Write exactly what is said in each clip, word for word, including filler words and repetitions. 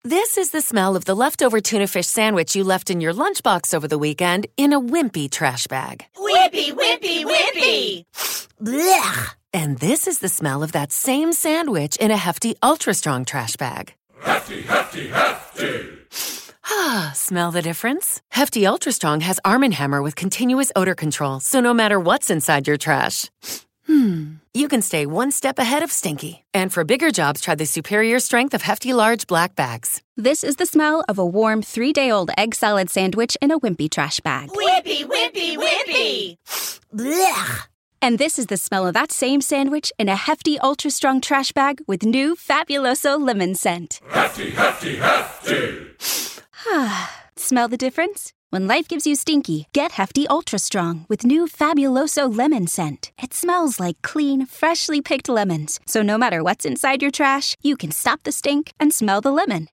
This is the smell of the leftover tuna fish sandwich you left in your lunchbox over the weekend in a wimpy trash bag. Wimpy, wimpy, wimpy! Blech! And this is the smell of that same sandwich in a Hefty Ultra Strong trash bag. Hefty, hefty, hefty! Ah, smell the difference? Hefty Ultra Strong has Arm and Hammer with continuous odor control, so no matter what's inside your trash, hmm, you can stay one step ahead of stinky. And for bigger jobs, try the superior strength of Hefty Large Black Bags. This is the smell of a warm three-day-old egg salad sandwich in a wimpy trash bag. Wimpy, wimpy, wimpy! Blech! And this is the smell of that same sandwich in a Hefty Ultra Strong trash bag with new Fabuloso lemon scent. Hefty, hefty, hefty! Smell the difference? When life gives you stinky, get Hefty Ultra Strong with new Fabuloso lemon scent. It smells like clean, freshly picked lemons. So no matter what's inside your trash, you can stop the stink and smell the lemon.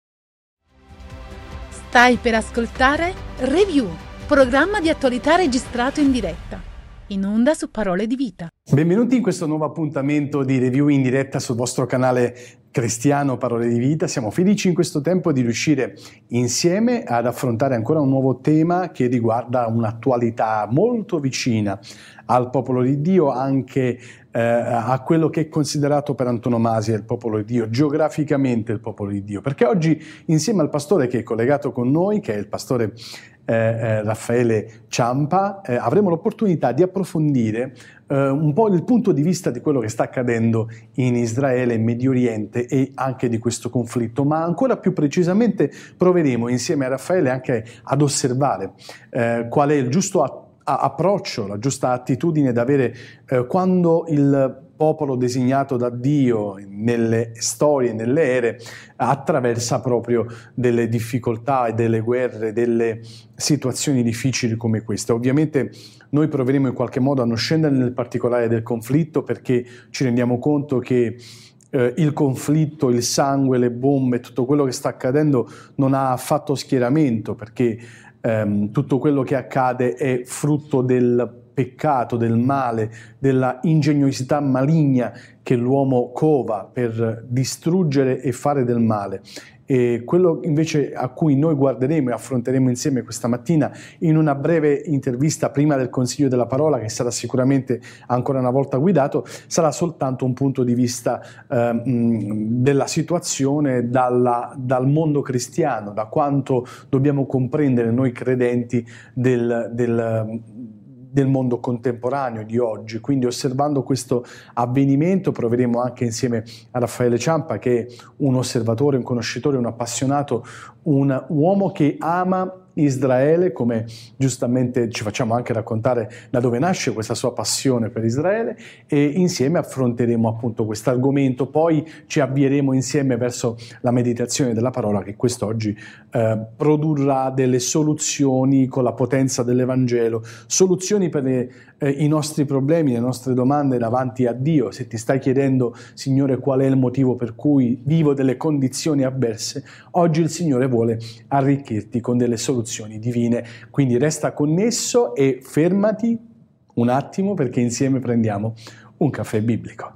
Stai per ascoltare Review, programma di attualità registrato in diretta, in onda su Parole di Vita. Benvenuti in questo nuovo appuntamento di review in diretta sul vostro canale cristiano Parole di Vita. Siamo felici in questo tempo di riuscire insieme ad affrontare ancora un nuovo tema che riguarda un'attualità molto vicina al popolo di Dio, anche eh, a quello che è considerato per antonomasia il popolo di Dio, geograficamente il popolo di Dio. Perché oggi, insieme al pastore che è collegato con noi, che è il pastore eh, eh, Raffaele Ciampa, eh, avremo l'opportunità di approfondire eh, un po' il punto di vista di quello che sta accadendo in Israele, in Medio Oriente e anche di questo conflitto, ma ancora più precisamente proveremo insieme a Raffaele anche ad osservare eh, qual è il giusto atto approccio, la giusta attitudine da avere eh, quando il popolo designato da Dio nelle storie, nelle ere, attraversa proprio delle difficoltà e delle guerre, delle situazioni difficili come queste. Ovviamente noi proveremo in qualche modo a non scendere nel particolare del conflitto, perché ci rendiamo conto che Eh, il conflitto, il sangue, le bombe, tutto quello che sta accadendo non ha affatto schieramento, perché ehm, tutto quello che accade è frutto del peccato, del male, della ingegnosità maligna che l'uomo cova per distruggere e fare del male. E quello invece a cui noi guarderemo e affronteremo insieme questa mattina in una breve intervista prima del Consiglio della Parola, che sarà sicuramente ancora una volta guidato, sarà soltanto un punto di vista eh, della situazione dalla, dal mondo cristiano, da quanto dobbiamo comprendere noi credenti del, del del mondo contemporaneo di oggi. Quindi, osservando questo avvenimento, proveremo anche insieme a Raffaele Ciampa, che è un osservatore, un conoscitore, un appassionato, un uomo che ama Israele, come giustamente ci facciamo anche raccontare da dove nasce questa sua passione per Israele, e insieme affronteremo appunto questo argomento. Poi ci avvieremo insieme verso la meditazione della parola, che quest'oggi eh, produrrà delle soluzioni con la potenza dell'Evangelo, soluzioni per le, eh, i nostri problemi, le nostre domande davanti a Dio. Se ti stai chiedendo, Signore, qual è il motivo per cui vivo delle condizioni avverse, oggi il Signore vuole arricchirti con delle soluzioni divine. Quindi resta connesso e fermati un attimo, perché insieme prendiamo un caffè biblico.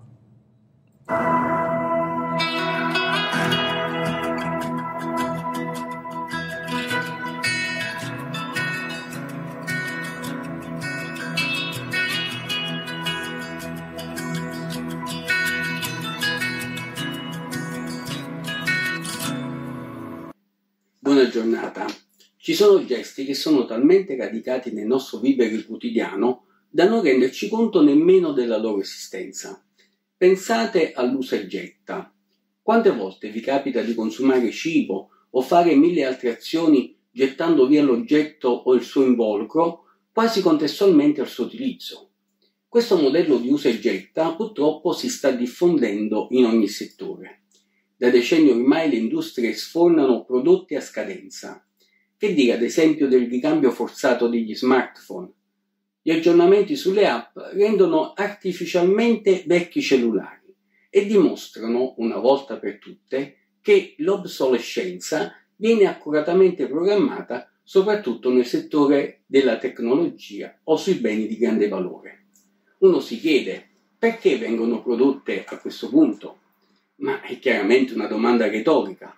Buona giornata. Ci sono gesti che sono talmente radicati nel nostro vivere quotidiano da non renderci conto nemmeno della loro esistenza. Pensate all'usa e getta. Quante volte vi capita di consumare cibo o fare mille altre azioni gettando via l'oggetto o il suo involucro quasi contestualmente al suo utilizzo? Questo modello di usa e getta purtroppo si sta diffondendo in ogni settore. Da decenni ormai le industrie sfornano prodotti a scadenza. Che dire ad esempio del ricambio forzato degli smartphone? Gli aggiornamenti sulle app rendono artificialmente vecchi cellulari e dimostrano una volta per tutte che l'obsolescenza viene accuratamente programmata soprattutto nel settore della tecnologia o sui beni di grande valore. Uno si chiede perché vengono prodotte a questo punto? Ma è chiaramente una domanda retorica.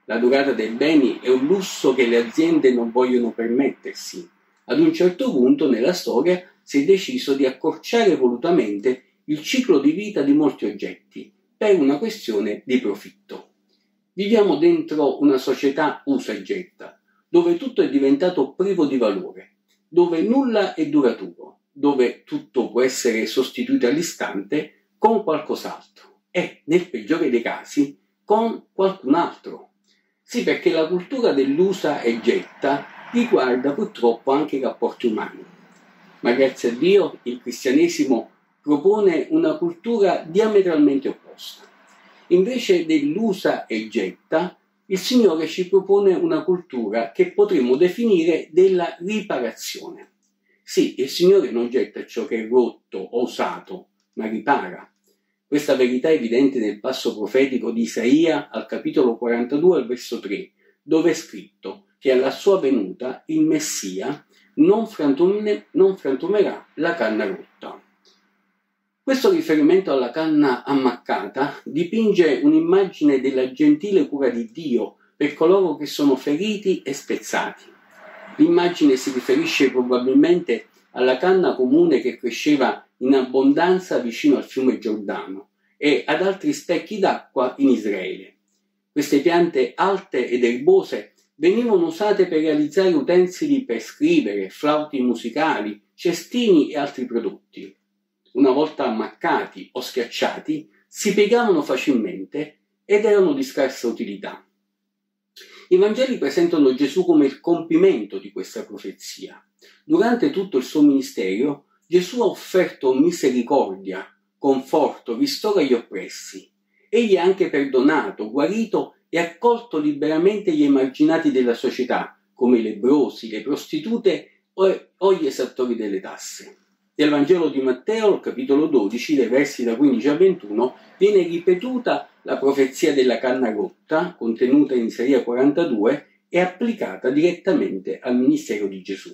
La durata dei beni è un lusso che le aziende non vogliono permettersi. Ad un certo punto nella storia si è deciso di accorciare volutamente il ciclo di vita di molti oggetti per una questione di profitto. Viviamo dentro una società usa e getta, dove tutto è diventato privo di valore, dove nulla è duraturo, dove tutto può essere sostituito all'istante con qualcos'altro e, nel peggiore dei casi, con qualcun altro. Sì, perché la cultura dell'usa e getta riguarda purtroppo anche i rapporti umani. Ma grazie a Dio il cristianesimo propone una cultura diametralmente opposta. Invece dell'usa e getta, il Signore ci propone una cultura che potremmo definire della riparazione. Sì, il Signore non getta ciò che è rotto o usato, ma ripara. Questa verità è evidente nel passo profetico di Isaia al capitolo quarantadue al verso tre, dove è scritto che alla sua venuta il Messia non, frantume, non frantumerà la canna rotta. Questo riferimento alla canna ammaccata dipinge un'immagine della gentile cura di Dio per coloro che sono feriti e spezzati. L'immagine si riferisce probabilmente alla canna comune che cresceva in abbondanza vicino al fiume Giordano e ad altri specchi d'acqua in Israele. Queste piante alte ed erbose venivano usate per realizzare utensili per scrivere, flauti musicali, cestini e altri prodotti. Una volta ammaccati o schiacciati, si piegavano facilmente ed erano di scarsa utilità. I Vangeli presentano Gesù come il compimento di questa profezia. Durante tutto il suo ministero, Gesù ha offerto misericordia, conforto, ristoro agli oppressi. Egli ha anche perdonato, guarito e accolto liberamente gli emarginati della società, come i lebbrosi, le prostitute o gli esattori delle tasse. Nel Vangelo di Matteo, capitolo dodici, dai versi da quindici a ventuno, viene ripetuta la profezia della canna rotta, contenuta in Isaia quarantadue, e applicata direttamente al ministero di Gesù.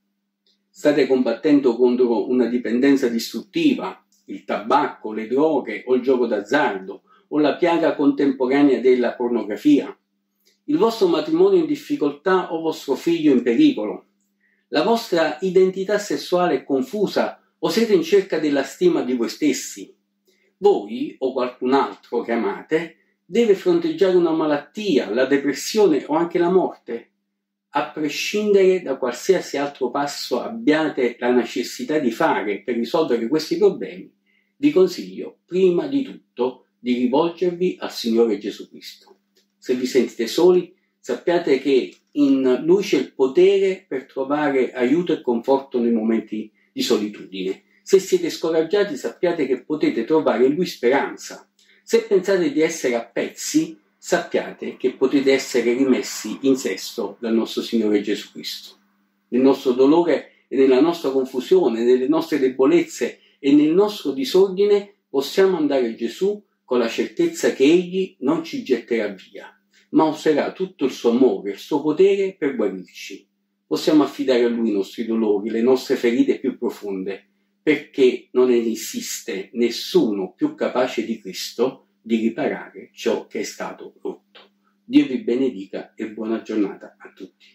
State combattendo contro una dipendenza distruttiva, il tabacco, le droghe o il gioco d'azzardo, o la piaga contemporanea della pornografia. Il vostro matrimonio in difficoltà o vostro figlio in pericolo. La vostra identità sessuale è confusa o siete in cerca della stima di voi stessi. Voi o qualcun altro che amate deve fronteggiare una malattia, la depressione o anche la morte. A prescindere da qualsiasi altro passo abbiate la necessità di fare per risolvere questi problemi, vi consiglio prima di tutto di rivolgervi al Signore Gesù Cristo. Se vi sentite soli, sappiate che in Lui c'è il potere per trovare aiuto e conforto nei momenti di solitudine. Se siete scoraggiati, sappiate che potete trovare in Lui speranza. Se pensate di essere a pezzi, sappiate che potete essere rimessi in sesto dal nostro Signore Gesù Cristo. Nel nostro dolore e nella nostra confusione, nelle nostre debolezze e nel nostro disordine, possiamo andare a Gesù con la certezza che Egli non ci getterà via, ma userà tutto il suo amore, il suo potere per guarirci. Possiamo affidare a Lui i nostri dolori, le nostre ferite più profonde, perché non esiste nessuno più capace di Cristo di riparare ciò che è stato rotto. Dio vi benedica e buona giornata a tutti.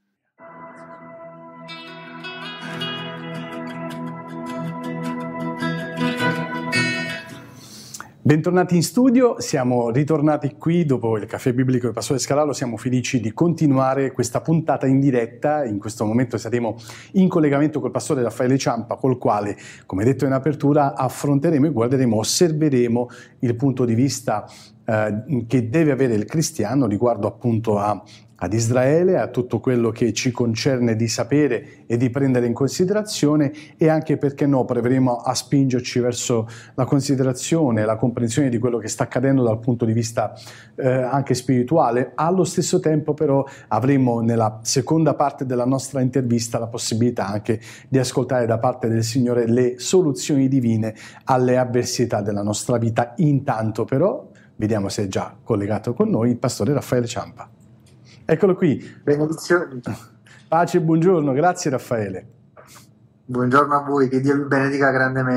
Bentornati in studio, siamo ritornati qui dopo il caffè biblico del Pastore Scarallo, siamo felici di continuare questa puntata in diretta. In questo momento saremo in collegamento col Pastore Raffaele Ciampa, col quale, come detto in apertura, affronteremo e guarderemo, osserveremo il punto di vista eh, che deve avere il cristiano riguardo appunto a ad Israele, a tutto quello che ci concerne di sapere e di prendere in considerazione, e anche, perché no, proveremo a spingerci verso la considerazione, la comprensione di quello che sta accadendo dal punto di vista eh, anche spirituale. Allo stesso tempo però avremo nella seconda parte della nostra intervista la possibilità anche di ascoltare da parte del Signore le soluzioni divine alle avversità della nostra vita. Intanto però vediamo se è già collegato con noi il Pastore Raffaele Ciampa. Eccolo qui. Benedizioni. Pace e buongiorno, grazie Raffaele. Buongiorno a voi, che Dio vi benedica grandemente.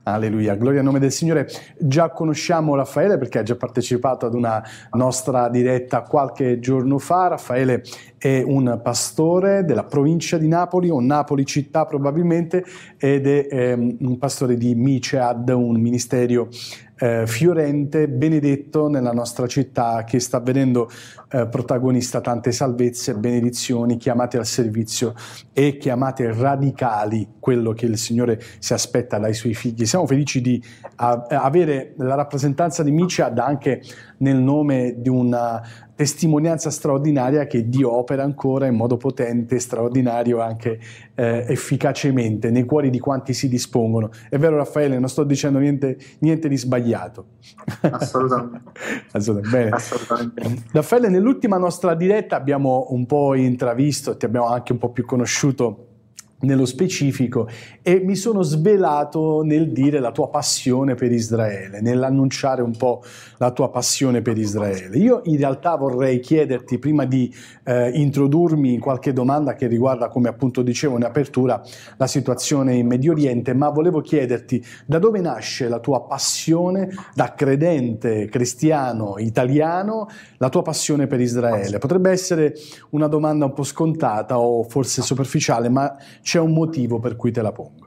Alleluia, gloria al nome del Signore. Già conosciamo Raffaele perché ha già partecipato ad una nostra diretta qualche giorno fa. Raffaele è un pastore della provincia di Napoli, o Napoli città probabilmente, ed è ehm, un pastore di Micead, un ministero eh, fiorente, benedetto nella nostra città, che sta vedendo eh, protagonista tante salvezze, benedizioni, chiamate al servizio e chiamate radicali, quello che il Signore si aspetta dai suoi figli. Siamo felici di a, avere la rappresentanza di Micead anche nel nome di una testimonianza straordinaria che Dio opera ancora in modo potente, straordinario, anche eh, efficacemente nei cuori di quanti si dispongono. È vero, Raffaele, non sto dicendo niente, niente di sbagliato. Assolutamente. Assolutamente. Bene. Assolutamente. Raffaele, nell'ultima nostra diretta abbiamo un po' intravisto, ti abbiamo anche un po' più conosciuto nello specifico, e mi sono svelato nel dire la tua passione per Israele, nell'annunciare un po' la tua passione per Israele. Io in realtà vorrei chiederti, prima di eh, introdurmi in qualche domanda che riguarda, come appunto dicevo in apertura, la situazione in Medio Oriente, ma volevo chiederti da dove nasce la tua passione da credente cristiano italiano, la tua passione per Israele. Potrebbe essere una domanda un po' scontata o forse superficiale, ma c'è un motivo per cui te la pongo.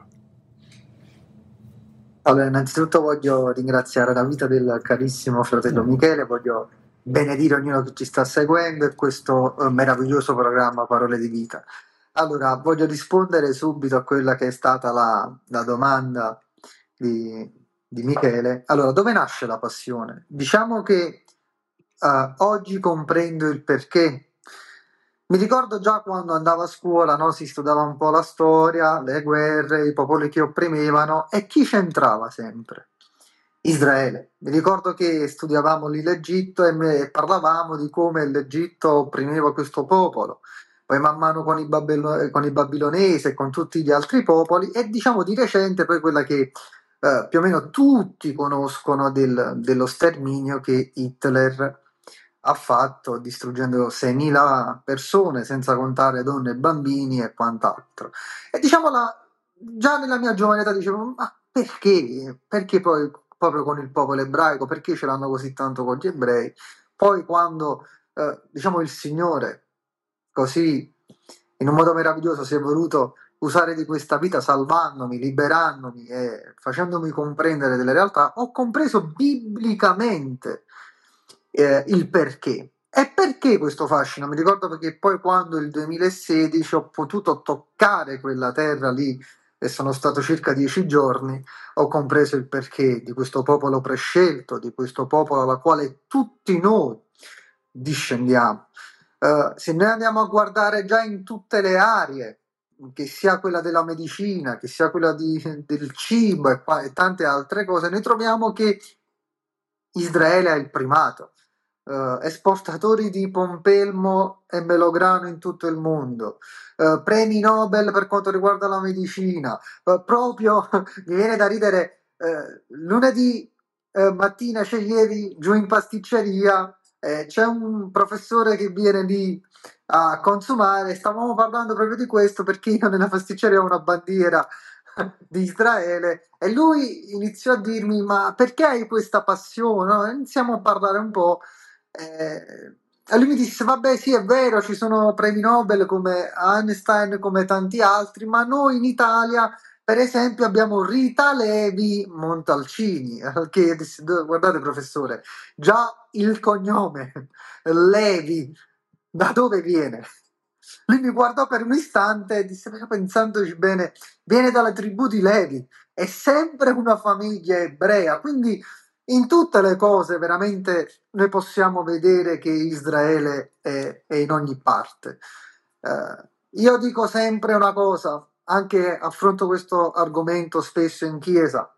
Allora, innanzitutto voglio ringraziare la vita del carissimo fratello Michele, voglio benedire ognuno che ci sta seguendo e questo eh, meraviglioso programma Parole di Vita. Allora, voglio rispondere subito a quella che è stata la, la domanda di, di Michele. Allora, dove nasce la passione? Diciamo che eh, oggi comprendo il perché. Mi ricordo già quando andavo a scuola, no? Si studiava un po' la storia, le guerre, i popoli che opprimevano, e chi c'entrava sempre? Israele. Mi ricordo che studiavamo lì l'Egitto e me- parlavamo di come l'Egitto opprimeva questo popolo, poi man mano con i, Babilo- con i babilonesi e con tutti gli altri popoli, e diciamo di recente poi quella che eh, più o meno tutti conoscono del- dello sterminio che Hitler ha fatto, distruggendo seimila persone, senza contare donne e bambini e quant'altro. E diciamo, la, già nella mia giovane età dicevo, ma perché? Perché poi proprio con il popolo ebraico? Perché ce l'hanno così tanto con gli ebrei? Poi quando, eh, diciamo, il Signore, così, in un modo meraviglioso, si è voluto usare di questa vita salvandomi, liberandomi e facendomi comprendere delle realtà, ho compreso biblicamente Eh, il perché. E perché questo fascino? Mi ricordo perché poi quando il duemilasedici ho potuto toccare quella terra lì, e sono stato circa dieci giorni, ho compreso il perché di questo popolo prescelto, di questo popolo alla quale tutti noi discendiamo. Uh, se noi andiamo a guardare già in tutte le aree, che sia quella della medicina, che sia quella di, del cibo e, e tante altre cose, noi troviamo che Israele ha il primato. Uh, esportatori di pompelmo e melograno in tutto il mondo, uh, premi Nobel per quanto riguarda la medicina, uh, proprio mi viene da ridere, uh, lunedì uh, mattina sceglievi giù in pasticceria, eh, c'è un professore che viene lì a consumare, stavamo parlando proprio di questo perché io nella pasticceria ho una bandiera di Israele e lui iniziò a dirmi ma perché hai questa passione? No? Iniziamo a parlare un po'. Eh, e lui mi disse vabbè sì è vero, ci sono premi Nobel come Einstein, come tanti altri, ma noi in Italia per esempio abbiamo Rita Levi Montalcini, che disse guardate professore, già il cognome Levi da dove viene? Lui mi guardò per un istante e disse pensandoci bene, viene dalla tribù di Levi, è sempre una famiglia ebrea, quindi in tutte le cose veramente noi possiamo vedere che Israele è, è in ogni parte. Eh, io dico sempre una cosa, anche affronto questo argomento spesso in chiesa,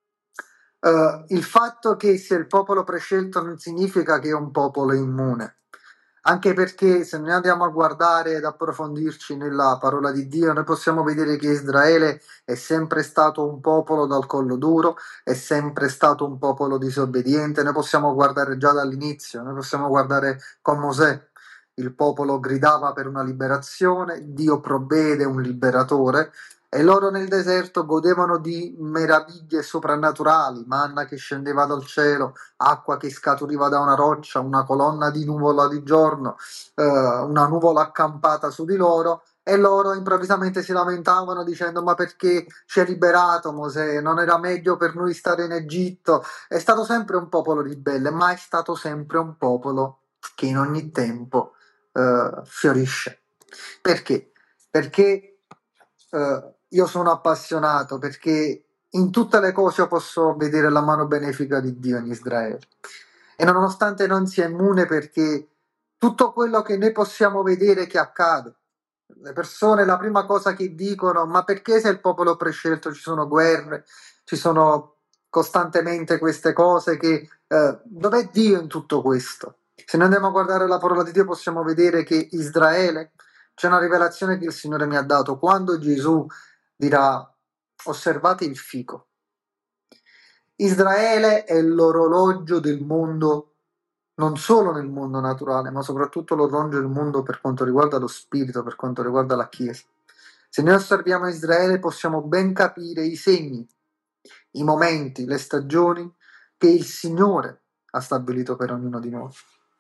eh, il fatto che sia il popolo prescelto non significa che è un popolo immune. Anche perché se noi andiamo a guardare ed approfondirci nella parola di Dio, noi possiamo vedere che Israele è sempre stato un popolo dal collo duro, è sempre stato un popolo disobbediente. Noi possiamo guardare già dall'inizio, noi possiamo guardare con Mosè. Il popolo gridava per una liberazione, Dio provvede un liberatore e loro nel deserto godevano di meraviglie soprannaturali, manna che scendeva dal cielo, acqua che scaturiva da una roccia, una colonna di nuvola di giorno, eh, una nuvola accampata su di loro, e loro improvvisamente si lamentavano dicendo: ma perché ci ha liberato Mosè? Non era meglio per noi stare in Egitto? È stato sempre un popolo ribelle, ma è stato sempre un popolo che in ogni tempo eh, fiorisce. Perché? Perché eh, io sono appassionato, perché in tutte le cose io posso vedere la mano benefica di Dio in Israele, e nonostante non sia immune, perché tutto quello che noi possiamo vedere che accade, le persone la prima cosa che dicono: ma perché se il popolo prescelto ci sono guerre, ci sono costantemente queste cose, che eh, dov'è Dio in tutto questo? Se noi andiamo a guardare la parola di Dio possiamo vedere che Israele, c'è una rivelazione che il Signore mi ha dato quando Gesù dirà: osservate il fico. Israele è l'orologio del mondo, non solo nel mondo naturale, ma soprattutto l'orologio del mondo per quanto riguarda lo spirito, per quanto riguarda la Chiesa. Se noi osserviamo Israele possiamo ben capire i segni, i momenti, le stagioni che il Signore ha stabilito per ognuno di noi.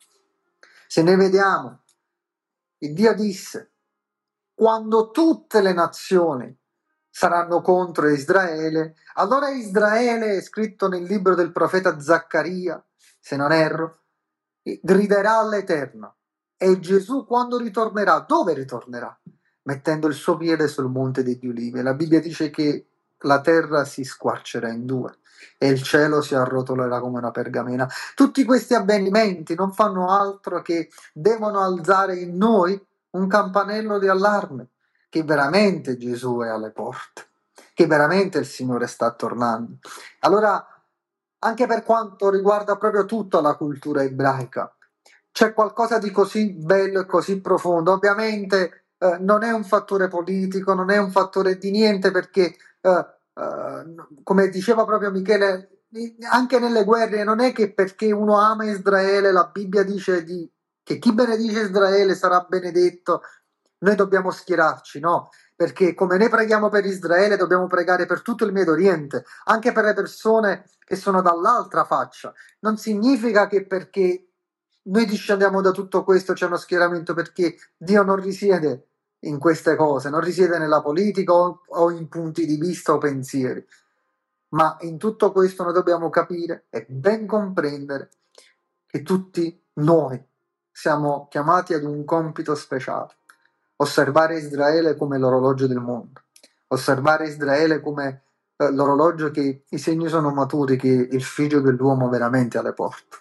Se noi vediamo, il Dio disse: quando tutte le nazioni saranno contro Israele, allora Israele, è scritto nel libro del profeta Zaccaria, se non erro, griderà all'Eterno. E Gesù, quando ritornerà, dove ritornerà? Mettendo il suo piede sul monte degli ulivi. La Bibbia dice che la terra si squarcerà in due e il cielo si arrotolerà come una pergamena. Tutti questi avvenimenti non fanno altro che devono alzare in noi un campanello di allarme, che veramente Gesù è alle porte, che veramente il Signore sta tornando. Allora, anche per quanto riguarda proprio tutta la cultura ebraica, c'è qualcosa di così bello e così profondo. Ovviamente eh, non è un fattore politico, non è un fattore di niente, perché eh, eh, come diceva proprio Michele, anche nelle guerre non è che perché uno ama Israele la Bibbia dice di, che chi benedice Israele sarà benedetto, noi dobbiamo schierarci, no? Perché come noi preghiamo per Israele dobbiamo pregare per tutto il Medio Oriente, anche per le persone che sono dall'altra faccia. Non significa che perché noi discendiamo da tutto questo c'è uno schieramento, perché Dio non risiede in queste cose, non risiede nella politica o, o in punti di vista o pensieri, ma in tutto questo noi dobbiamo capire e ben comprendere che tutti noi siamo chiamati ad un compito speciale: osservare Israele come l'orologio del mondo, osservare Israele come eh, l'orologio che i segni sono maturi, che il figlio dell'uomo veramente è alle porte.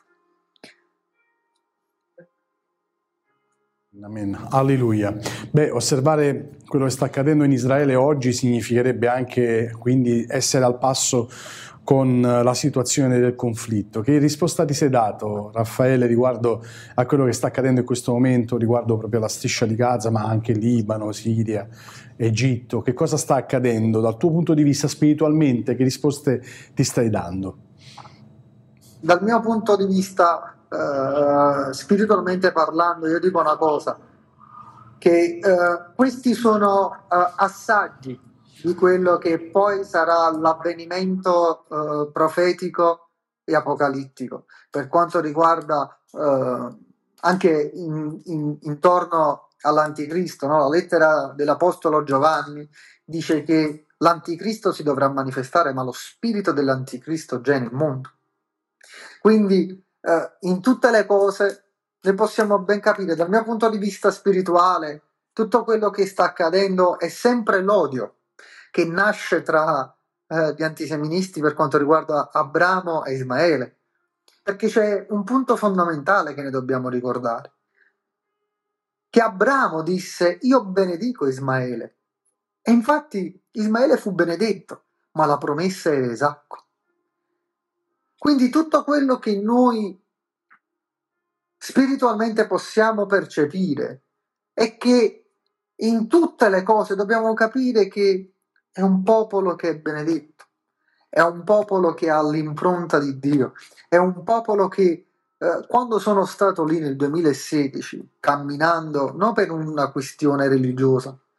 Amen. Alleluia. Beh, osservare quello che sta accadendo in Israele oggi significherebbe anche quindi essere al passo con la situazione del conflitto. Che risposta ti sei dato, Raffaele, riguardo a quello che sta accadendo in questo momento, riguardo proprio alla striscia di Gaza, ma anche Libano, Siria, Egitto? Che cosa sta accadendo dal tuo punto di vista spiritualmente? Che risposte ti stai dando? Dal mio punto di vista Uh, spiritualmente parlando, io dico una cosa, che uh, questi sono uh, assaggi di quello che poi sarà l'avvenimento uh, profetico e apocalittico per quanto riguarda uh, anche in, in, intorno all'anticristo, no? La lettera dell'apostolo Giovanni dice che l'anticristo si dovrà manifestare, ma lo spirito dell'anticristo già è nel mondo. Quindi Uh, in tutte le cose ne possiamo ben capire, dal mio punto di vista spirituale, tutto quello che sta accadendo è sempre l'odio che nasce tra uh, gli antiseministi per quanto riguarda Abramo e Ismaele, perché c'è un punto fondamentale che ne dobbiamo ricordare, che Abramo disse: io benedico Ismaele, e infatti Ismaele fu benedetto, ma la promessa era Isacco. Quindi tutto quello che noi spiritualmente possiamo percepire è che in tutte le cose dobbiamo capire che è un popolo che è benedetto, è un popolo che ha l'impronta di Dio, è un popolo che eh, quando sono stato lì nel duemilasedici camminando, non per una questione religiosa,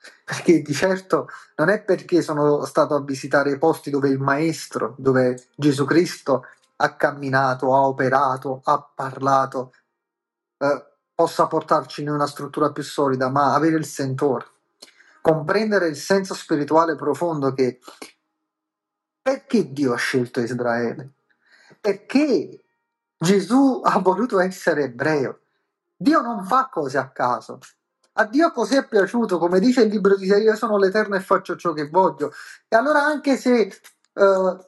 perché di certo non è perché sono stato a visitare i posti dove il Maestro, dove Gesù Cristo ha camminato, ha operato, ha parlato, eh, possa portarci in una struttura più solida, ma avere il sentore, comprendere il senso spirituale profondo che perché Dio ha scelto Israele, perché Gesù ha voluto essere ebreo. Dio non fa cose a caso. A Dio così è piaciuto, come dice il libro di Isaia, io sono l'Eterno e faccio ciò che voglio. E allora anche se eh,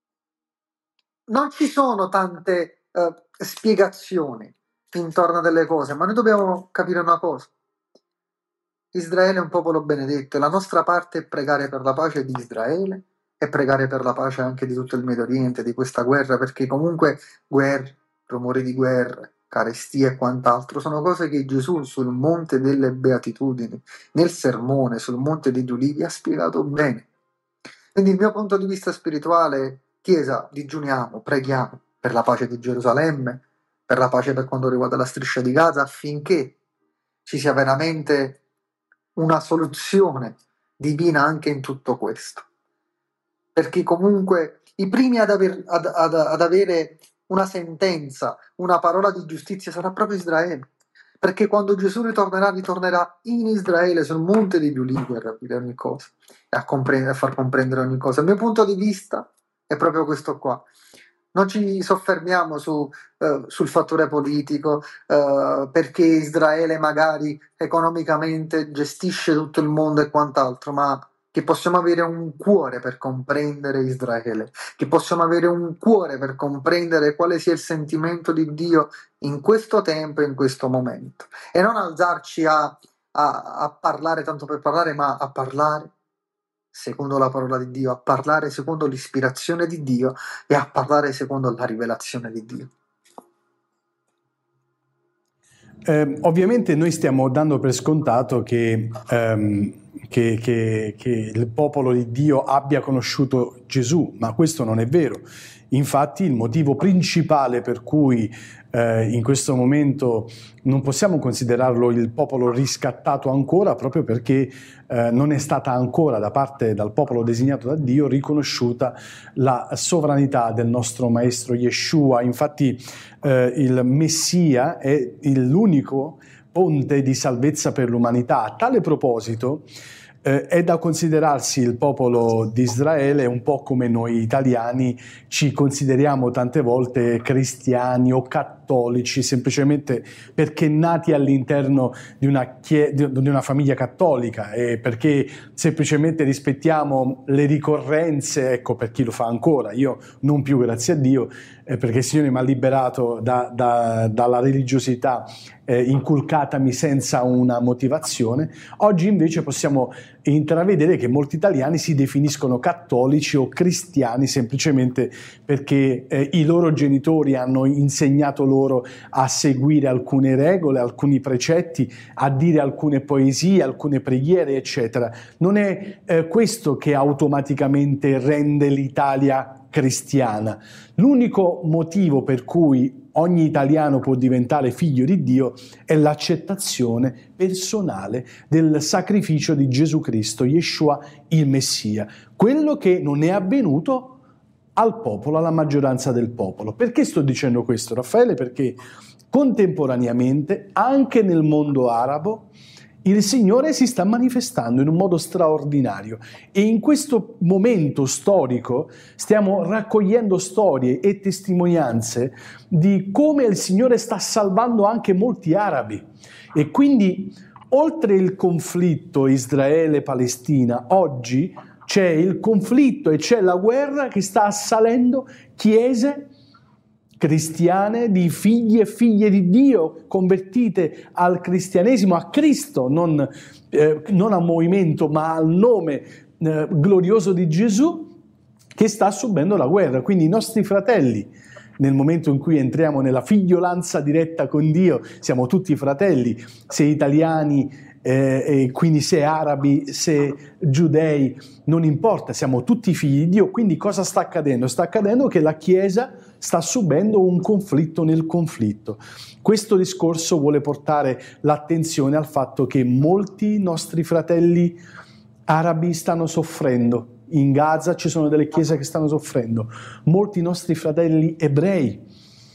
non ci sono tante eh, spiegazioni intorno a delle cose, ma noi dobbiamo capire una cosa. Israele è un popolo benedetto e la nostra parte è pregare per la pace di Israele e pregare per la pace anche di tutto il Medio Oriente, di questa guerra, perché comunque guerre, rumori di guerre, carestie e quant'altro sono cose che Gesù sul Monte delle Beatitudini, nel sermone sul Monte degli Ulivi, ha spiegato bene. Quindi il mio punto di vista spirituale, Chiesa, digiuniamo, preghiamo per la pace di Gerusalemme, per la pace per quanto riguarda la striscia di Gaza, affinché ci sia veramente una soluzione divina anche in tutto questo. Perché comunque i primi ad, aver, ad, ad, ad avere una sentenza, una parola di giustizia sarà proprio Israele. Perché quando Gesù ritornerà, ritornerà in Israele, sul Monte degli Ulivi, a capire ogni cosa e a, comprendere, a far comprendere ogni cosa. Il mio punto di vista è proprio questo qua. Non ci soffermiamo su, uh, sul fattore politico, uh, perché Israele magari economicamente gestisce tutto il mondo e quant'altro, ma che possiamo avere un cuore per comprendere Israele, che possiamo avere un cuore per comprendere quale sia il sentimento di Dio in questo tempo e in questo momento. E non alzarci a, a, a parlare tanto per parlare, ma a parlare secondo la parola di Dio, a parlare secondo l'ispirazione di Dio e a parlare secondo la rivelazione di Dio. Eh, ovviamente noi stiamo dando per scontato che, ehm, che, che, che il popolo di Dio abbia conosciuto Gesù, ma questo non è vero. Infatti il motivo principale per cui eh, in questo momento non possiamo considerarlo il popolo riscattato ancora, proprio perché eh, non è stata ancora da parte dal popolo designato da Dio riconosciuta la sovranità del nostro Maestro Yeshua. Infatti eh, il Messia è l'unico ponte di salvezza per l'umanità. A tale proposito Eh, è da considerarsi il popolo di Israele un po' come noi italiani ci consideriamo tante volte cristiani o cattolici, semplicemente perché nati all'interno di una, chie- di una famiglia cattolica e perché semplicemente rispettiamo le ricorrenze, ecco, per chi lo fa ancora, io non più, grazie a Dio, eh, perché il Signore mi ha liberato da, da, dalla religiosità eh, inculcatami senza una motivazione. Oggi invece possiamo intravedere che molti italiani si definiscono cattolici o cristiani semplicemente perché eh, i loro genitori hanno insegnato loro a seguire alcune regole, alcuni precetti, a dire alcune poesie, alcune preghiere, eccetera. Non è eh, questo che automaticamente rende l'Italia cristiana. L'unico motivo per cui ogni italiano può diventare figlio di Dio è l'accettazione personale del sacrificio di Gesù Cristo, Yeshua il Messia, quello che non è avvenuto al popolo, alla maggioranza del popolo. Perché sto dicendo questo, Raffaele? Perché contemporaneamente, anche nel mondo arabo, il Signore si sta manifestando in un modo straordinario e in questo momento storico stiamo raccogliendo storie e testimonianze di come il Signore sta salvando anche molti arabi. E quindi, oltre il conflitto Israele-Palestina, oggi c'è il conflitto e c'è la guerra che sta assalendo chiese cristiane di figli e figlie di Dio convertite al cristianesimo, a Cristo, non, eh, non al movimento ma al nome eh, glorioso di Gesù, che sta subendo la guerra. Quindi i nostri fratelli, nel momento in cui entriamo nella figliolanza diretta con Dio, siamo tutti fratelli, se italiani, eh, e quindi se arabi, se giudei, non importa, siamo tutti figli di Dio. Quindi cosa sta accadendo? Sta accadendo che la Chiesa sta subendo un conflitto nel conflitto. Questo discorso vuole portare l'attenzione al fatto che molti nostri fratelli arabi stanno soffrendo. In Gaza ci sono delle chiese che stanno soffrendo. Molti nostri fratelli ebrei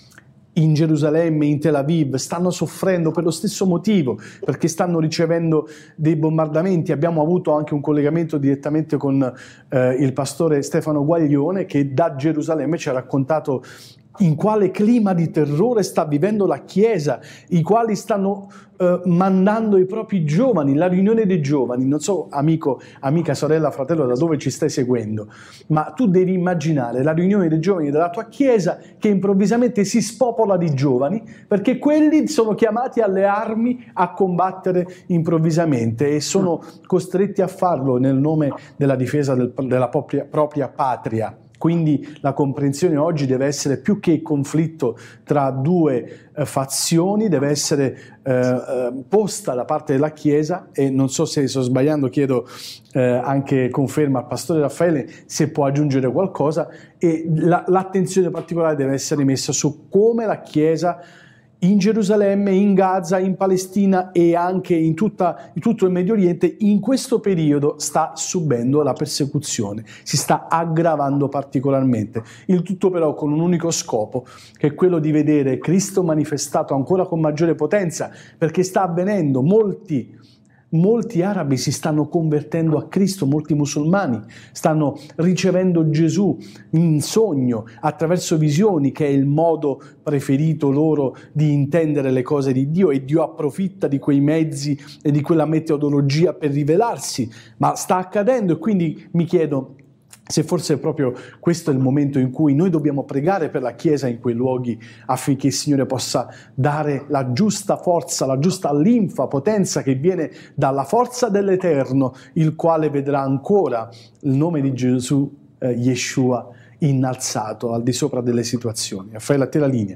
in Gerusalemme, in Tel Aviv, stanno soffrendo per lo stesso motivo, perché stanno ricevendo dei bombardamenti. Abbiamo avuto anche un collegamento direttamente con eh, il pastore Stefano Guaglione, che da Gerusalemme ci ha raccontato in quale clima di terrore sta vivendo la Chiesa, i quali stanno eh, mandando i propri giovani, la riunione dei giovani. Non so, amico, amica, sorella, fratello, da dove ci stai seguendo, ma tu devi immaginare la riunione dei giovani della tua Chiesa che improvvisamente si spopola di giovani, perché quelli sono chiamati alle armi a combattere improvvisamente e sono costretti a farlo nel nome della difesa del, della propria, propria patria. Quindi la comprensione oggi deve essere più che conflitto tra due eh, fazioni, deve essere eh, eh, posta da parte della Chiesa, e non so se sto sbagliando, chiedo eh, anche conferma al pastore Raffaele se può aggiungere qualcosa, e la, l'attenzione particolare deve essere messa su come la Chiesa in Gerusalemme, in Gaza, in Palestina e anche in, tutta, in tutto il Medio Oriente in questo periodo sta subendo la persecuzione, si sta aggravando particolarmente. Il tutto però con un unico scopo, che è quello di vedere Cristo manifestato ancora con maggiore potenza, perché sta avvenendo. Molti Molti arabi si stanno convertendo a Cristo, molti musulmani stanno ricevendo Gesù in sogno, attraverso visioni, che è il modo preferito loro di intendere le cose di Dio, e Dio approfitta di quei mezzi e di quella metodologia per rivelarsi, ma sta accadendo. E quindi mi chiedo se forse proprio questo è il momento in cui noi dobbiamo pregare per la Chiesa in quei luoghi, affinché il Signore possa dare la giusta forza, la giusta linfa, potenza che viene dalla forza dell'Eterno, il quale vedrà ancora il nome di Gesù, eh, Yeshua, innalzato al di sopra delle situazioni. Raffaele, a te la linea.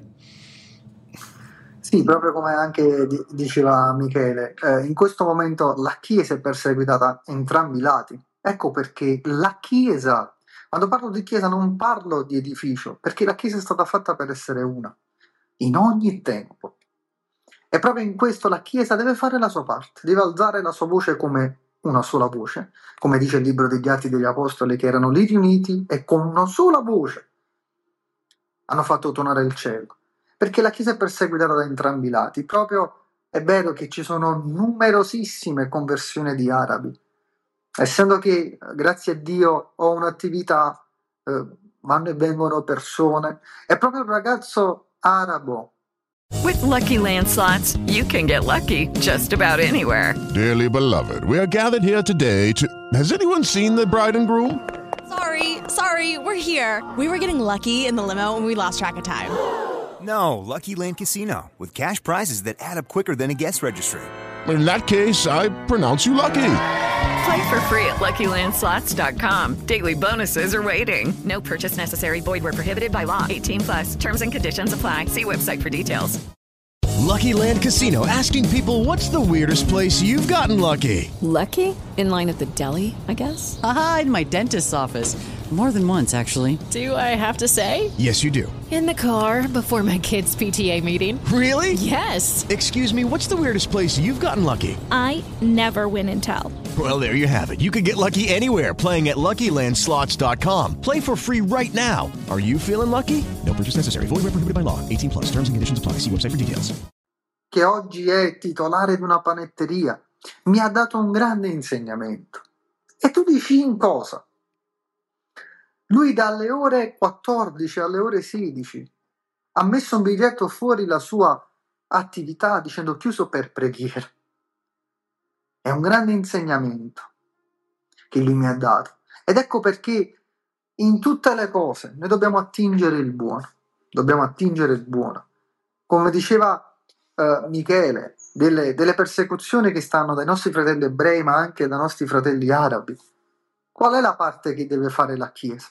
Sì, proprio come anche di- diceva Michele, eh, in questo momento la Chiesa è perseguitata entrambi i lati. Ecco perché la Chiesa, quando parlo di Chiesa non parlo di edificio, perché la Chiesa è stata fatta per essere una, in ogni tempo. E proprio in questo la Chiesa deve fare la sua parte, deve alzare la sua voce come una sola voce, come dice il libro degli Atti degli Apostoli, che erano lì riuniti e con una sola voce hanno fatto tuonare il cielo. Perché la Chiesa è perseguitata da entrambi i lati. Proprio è vero che ci sono numerosissime conversioni di arabi. Essendo che, grazie a Dio, ho un'attività, eh, vanno e vengono persone, è proprio un ragazzo arabo. With Lucky Land Slots, you can get lucky just about anywhere. Dearly beloved, we are gathered here today to... Has anyone seen the bride and groom? Sorry, sorry, we're here. We were getting lucky in the limo and we lost track of time. No, Lucky Land Casino, with cash prizes that add up quicker than a guest registry. In that case, I pronounce you lucky. Play for free at Lucky Land Slots dot com. Daily bonuses are waiting. No purchase necessary. Void where prohibited by law. eighteen plus. Terms and conditions apply. See website for details. Lucky Land Casino, asking people, what's the weirdest place you've gotten lucky? Lucky? In line at the deli, I guess? Aha, in my dentist's office. More than once, actually. Do I have to say? Yes, you do. In the car before my kids' P T A meeting. Really? Yes. Excuse me, what's the weirdest place you've gotten lucky? I never win and tell. Well, there you have it. You can get lucky anywhere, playing at Lucky Land Slots dot com. Play for free right now. Are you feeling lucky? No purchase necessary. Void where prohibited by law. eighteen plus. Terms and conditions apply. See website for details. Che oggi è titolare di una panetteria, mi ha dato un grande insegnamento. E tu dici in cosa? Lui dalle ore quattordici alle ore sedici ha messo un biglietto fuori la sua attività dicendo chiuso per preghiera. È un grande insegnamento che lui mi ha dato. Ed ecco perché in tutte le cose noi dobbiamo attingere il buono. Dobbiamo attingere il buono. Come diceva uh, Michele, delle, delle persecuzioni che stanno dai nostri fratelli ebrei, ma anche dai nostri fratelli arabi. Qual è la parte che deve fare la Chiesa?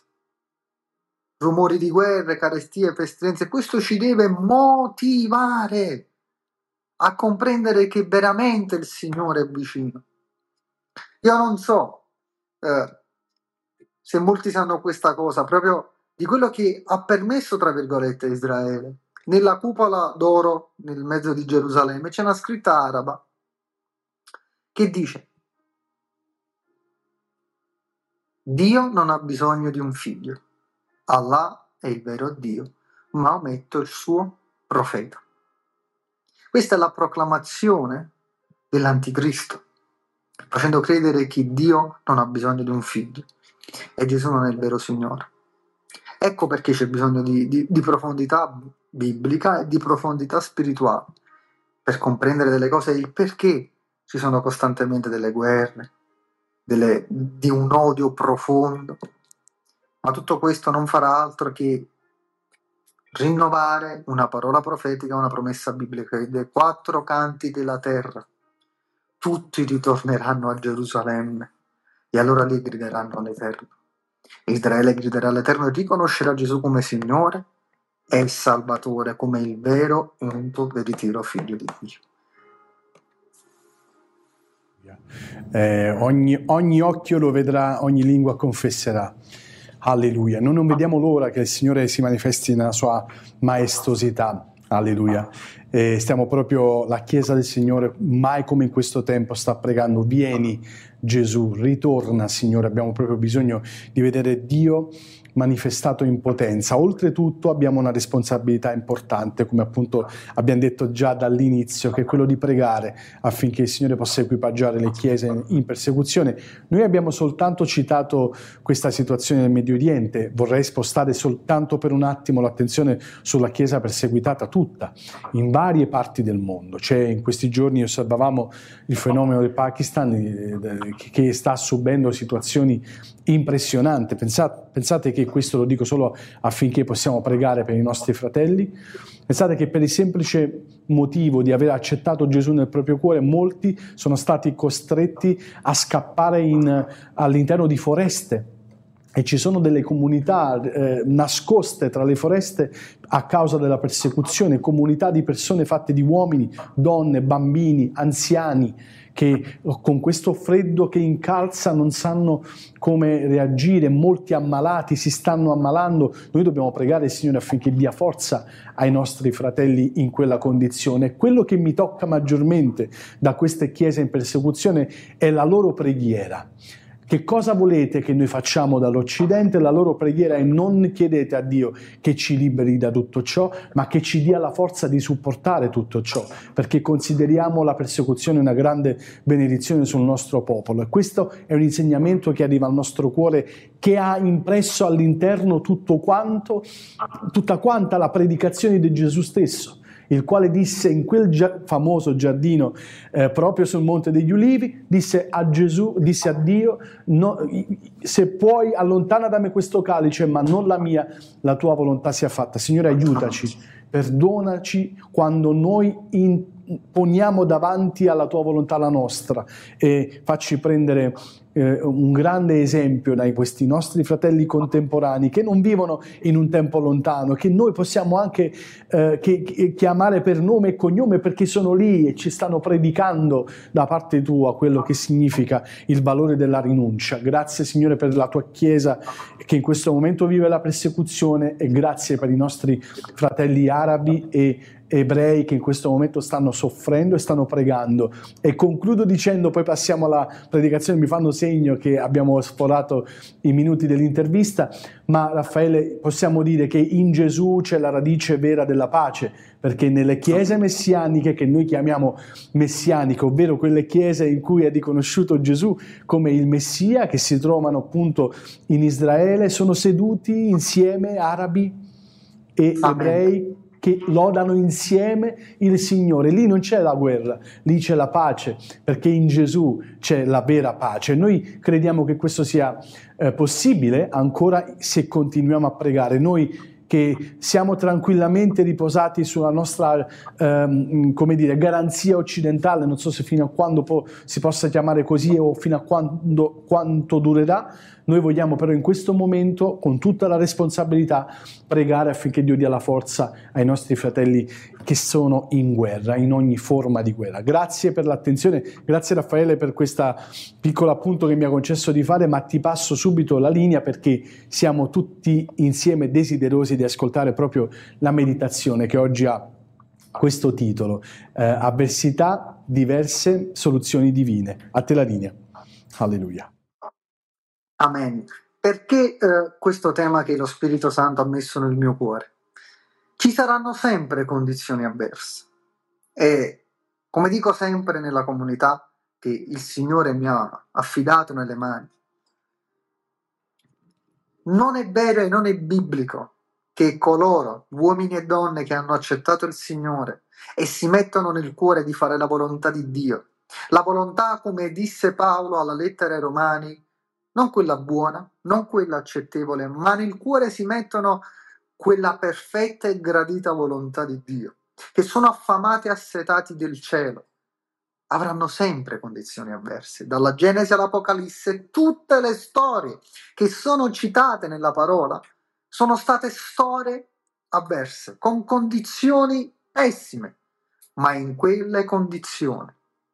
Rumori di guerre, carestie, pestilenze, questo ci deve motivare a comprendere che veramente il Signore è vicino. Io non so eh, se molti sanno questa cosa, proprio di quello che ha permesso, tra virgolette, a Israele. Nella cupola d'oro nel mezzo di Gerusalemme c'è una scritta araba che dice: Dio non ha bisogno di un figlio, Allah è il vero Dio, Maometto il suo profeta. Questa è la proclamazione dell'anticristo, facendo credere che Dio non ha bisogno di un figlio e Gesù non è il vero Signore. Ecco perché c'è bisogno di, di, di profondità biblica e di profondità spirituale per comprendere delle cose e il perché ci sono costantemente delle guerre, delle, di un odio profondo. Ma tutto questo non farà altro che rinnovare una parola profetica, una promessa biblica. Dei quattro canti della terra tutti ritorneranno a Gerusalemme e allora lì grideranno all'Eterno. Israele griderà all'Eterno e riconoscerà Gesù come Signore e il Salvatore, come il vero unto veritiero figlio di Dio. Eh, ogni, ogni occhio lo vedrà, ogni lingua confesserà. Alleluia. Noi non vediamo l'ora che il Signore si manifesti nella sua maestosità. Alleluia. Eh, stiamo proprio, la Chiesa del Signore, mai come in questo tempo, sta pregando: vieni Gesù, ritorna Signore. Abbiamo proprio bisogno di vedere Dio manifestato in potenza. Oltretutto abbiamo una responsabilità importante, come appunto abbiamo detto già dall'inizio, che è quello di pregare affinché il Signore possa equipaggiare le chiese in persecuzione. Noi abbiamo soltanto citato questa situazione del Medio Oriente. Vorrei spostare soltanto per un attimo l'attenzione sulla Chiesa perseguitata tutta, in varie parti del mondo. Cioè, in questi giorni osservavamo il fenomeno del Pakistan eh, che sta subendo situazioni impressionanti. Pensate, pensate che questo lo dico solo affinché possiamo pregare per i nostri fratelli. Pensate che per il semplice motivo di aver accettato Gesù nel proprio cuore, molti sono stati costretti a scappare in, all'interno di foreste, e ci sono delle comunità eh, nascoste tra le foreste a causa della persecuzione, comunità di persone fatte di uomini, donne, bambini, anziani, che con questo freddo che incalza non sanno come reagire, molti ammalati si stanno ammalando. Noi dobbiamo pregare il Signore affinché dia forza ai nostri fratelli in quella condizione. Quello che mi tocca maggiormente da queste chiese in persecuzione è la loro preghiera. Che cosa volete che noi facciamo dall'Occidente? La loro preghiera è: non chiedete a Dio che ci liberi da tutto ciò, ma che ci dia la forza di supportare tutto ciò, perché consideriamo la persecuzione una grande benedizione sul nostro popolo. E questo è un insegnamento che arriva al nostro cuore, che ha impresso all'interno tutto quanto, tutta quanta la predicazione di Gesù stesso, il quale disse in quel gia- famoso giardino eh, proprio sul Monte degli Ulivi, disse a Gesù, disse a Dio: no, se puoi allontana da me questo calice, ma non la mia, la tua volontà sia fatta. Signore, aiutaci, perdonaci quando noi in, poniamo davanti alla tua volontà la nostra, e facci prendere eh, un grande esempio dai questi nostri fratelli contemporanei che non vivono in un tempo lontano, che noi possiamo anche eh, che, che chiamare per nome e cognome, perché sono lì e ci stanno predicando da parte tua quello che significa il valore della rinuncia. Grazie Signore per la tua Chiesa che in questo momento vive la persecuzione, e grazie per i nostri fratelli arabi e ebrei che in questo momento stanno soffrendo e stanno pregando. E concludo dicendo, poi passiamo alla predicazione, mi fanno segno che abbiamo sforato i minuti dell'intervista, ma Raffaele, possiamo dire che in Gesù c'è la radice vera della pace, perché nelle chiese messianiche, che noi chiamiamo messianiche, ovvero quelle chiese in cui è riconosciuto Gesù come il Messia, che si trovano appunto in Israele, sono seduti insieme arabi e ebrei che lodano insieme il Signore. Lì non c'è la guerra, lì c'è la pace, perché in Gesù c'è la vera pace. Noi crediamo che questo sia eh, possibile ancora se continuiamo a pregare. Noi che siamo tranquillamente riposati sulla nostra ehm, come dire, garanzia occidentale, non so se fino a quando po- si possa chiamare così o fino a quando, quanto durerà, Noi vogliamo però in questo momento, con tutta la responsabilità, pregare affinché Dio dia la forza ai nostri fratelli che sono in guerra, in ogni forma di guerra. Grazie per l'attenzione, grazie Raffaele per questo piccolo appunto che mi ha concesso di fare, ma ti passo subito la linea perché siamo tutti insieme desiderosi di ascoltare proprio la meditazione che oggi ha questo titolo, eh, avversità, diverse, soluzioni divine. A te la linea. Alleluia. Amen. Perché eh, questo tema che lo Spirito Santo ha messo nel mio cuore? Ci saranno sempre condizioni avverse e, come dico sempre nella comunità che il Signore mi ha affidato nelle mani, non è vero e non è biblico che coloro, uomini e donne che hanno accettato il Signore e si mettono nel cuore di fare la volontà di Dio, la volontà, come disse Paolo alla lettera ai Romani, non quella buona, non quella accettevole, ma nel cuore si mettono quella perfetta e gradita volontà di Dio, che sono affamati e assetati del cielo, avranno sempre condizioni avverse. Dalla Genesi all'Apocalisse, tutte le storie che sono citate nella parola sono state storie avverse, con condizioni pessime, ma in quelle condizioni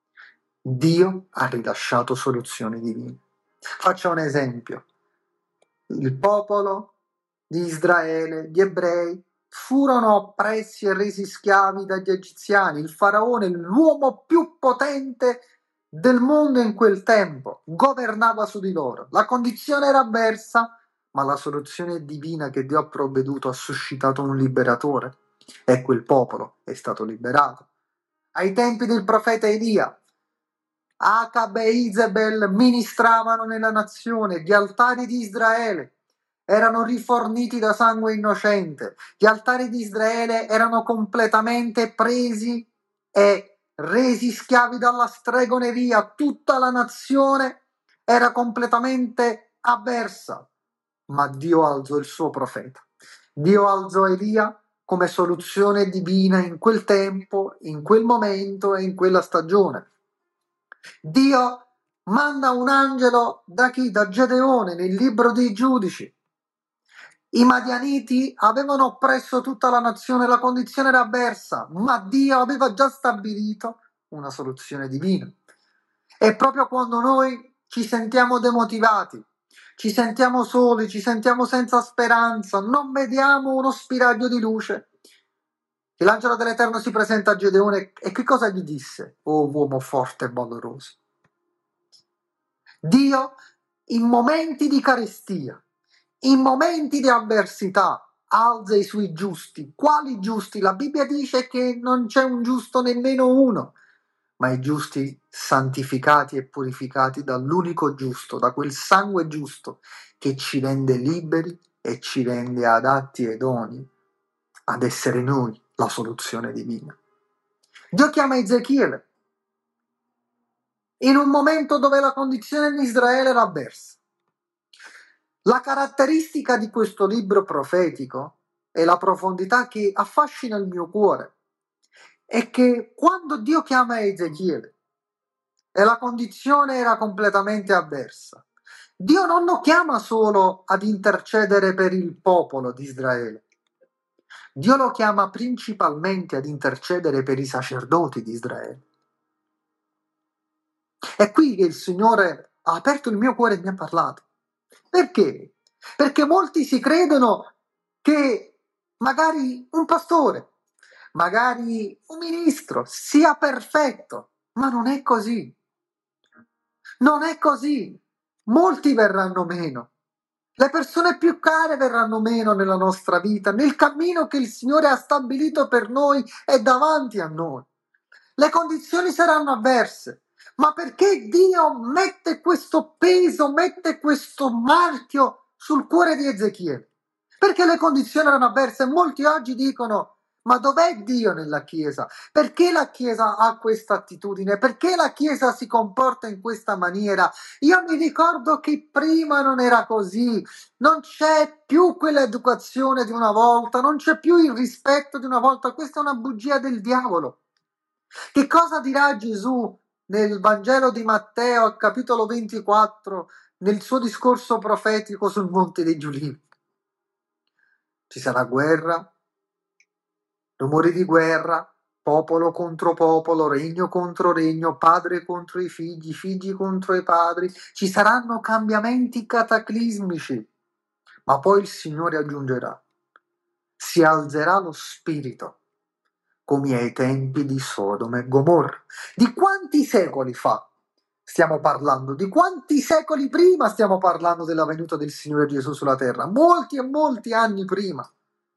Dio ha rilasciato soluzioni divine. Faccio un esempio. Il popolo di Israele, gli ebrei, furono oppressi e resi schiavi dagli egiziani. Il faraone, l'uomo più potente del mondo in quel tempo, governava su di loro. La condizione era avversa, ma la soluzione divina che Dio ha provveduto ha suscitato un liberatore e quel popolo è stato liberato. Ai tempi del profeta Elia, Acab e Izebel ministravano nella nazione, gli altari di Israele erano riforniti da sangue innocente, gli altari di Israele erano completamente presi e resi schiavi dalla stregoneria, tutta la nazione era completamente avversa, ma Dio alzò il suo profeta, Dio alzò Elia come soluzione divina in quel tempo, in quel momento e in quella stagione. Dio manda un angelo da chi? Da Gedeone nel libro dei Giudici. I Madianiti avevano oppresso tutta la nazione, la condizione era avversa, ma Dio aveva già stabilito una soluzione divina. E proprio quando noi ci sentiamo demotivati, ci sentiamo soli, ci sentiamo senza speranza, non vediamo uno spiraglio di luce, e l'angelo dell'Eterno si presenta a Gedeone e che cosa gli disse? Oh uomo forte e valoroso. Dio in momenti di carestia, in momenti di avversità, alza i suoi giusti. Quali giusti? La Bibbia dice che non c'è un giusto nemmeno uno, ma i giusti santificati e purificati dall'unico giusto, da quel sangue giusto che ci rende liberi e ci rende adatti e idonei ad essere noi la soluzione divina. Dio chiama Ezechiele in un momento dove la condizione di Israele era avversa. La caratteristica di questo libro profetico e la profondità che affascina il mio cuore è che quando Dio chiama Ezechiele e la condizione era completamente avversa, Dio non lo chiama solo ad intercedere per il popolo di Israele, Dio lo chiama principalmente ad intercedere per i sacerdoti di Israele. È qui che il Signore ha aperto il mio cuore e mi ha parlato. Perché? Perché molti si credono che magari un pastore, magari un ministro sia perfetto, ma non è così. Non è così. Molti verranno meno. Le persone più care verranno meno nella nostra vita, nel cammino che il Signore ha stabilito per noi e davanti a noi. Le condizioni saranno avverse, ma perché Dio mette questo peso, mette questo marchio sul cuore di Ezechiele? Perché le condizioni erano avverse e molti oggi dicono: ma dov'è Dio nella Chiesa? Perché la Chiesa ha questa attitudine? Perché la Chiesa si comporta in questa maniera? Io mi ricordo che prima non era così, non c'è più quell'educazione di una volta, non c'è più il rispetto di una volta, questa è una bugia del diavolo. Che cosa dirà Gesù nel Vangelo di Matteo, al capitolo ventiquattro, nel suo discorso profetico sul Monte dei Giulivi. Ci sarà guerra, rumori di guerra, popolo contro popolo, regno contro regno, padre contro i figli, figli contro i padri. Ci saranno cambiamenti cataclismici, ma poi il Signore aggiungerà: si alzerà lo spirito come ai tempi di Sodoma e Gomorra. Di quanti secoli fa stiamo parlando? Di quanti secoli prima stiamo parlando della venuta del Signore Gesù sulla terra? Molti e molti anni prima.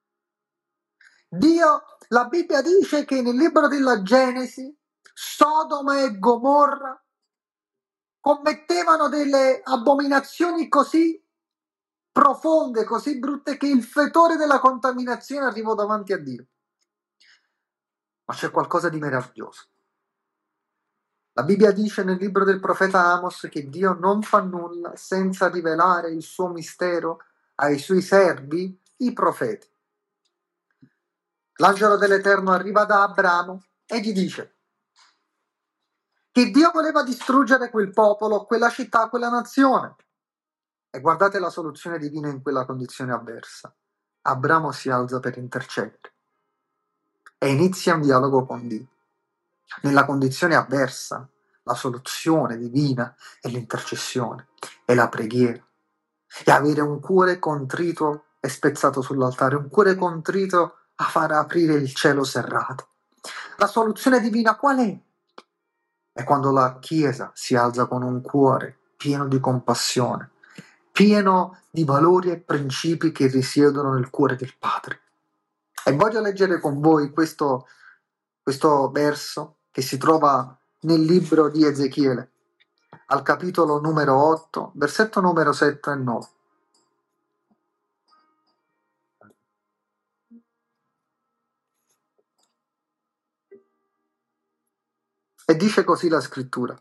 Dio, la Bibbia dice che nel libro della Genesi Sodoma e Gomorra commettevano delle abominazioni così profonde, così brutte, che il fetore della contaminazione arrivò davanti a Dio. Ma c'è qualcosa di meraviglioso. La Bibbia dice nel libro del profeta Amos che Dio non fa nulla senza rivelare il suo mistero ai suoi servi, i profeti. L'angelo dell'Eterno arriva da Abramo e gli dice che Dio voleva distruggere quel popolo, quella città, quella nazione. E guardate la soluzione divina in quella condizione avversa. Abramo si alza per intercedere e inizia un dialogo con Dio. Nella condizione avversa, la soluzione divina è l'intercessione, è la preghiera, è avere un cuore contrito e spezzato sull'altare, un cuore contrito a far aprire il cielo serrato. La soluzione divina qual è? È quando la Chiesa si alza con un cuore pieno di compassione, pieno di valori e principi che risiedono nel cuore del Padre. E voglio leggere con voi questo, questo verso che si trova nel libro di Ezechiele, al capitolo numero otto, versetto numero sette e nove. E dice così la scrittura: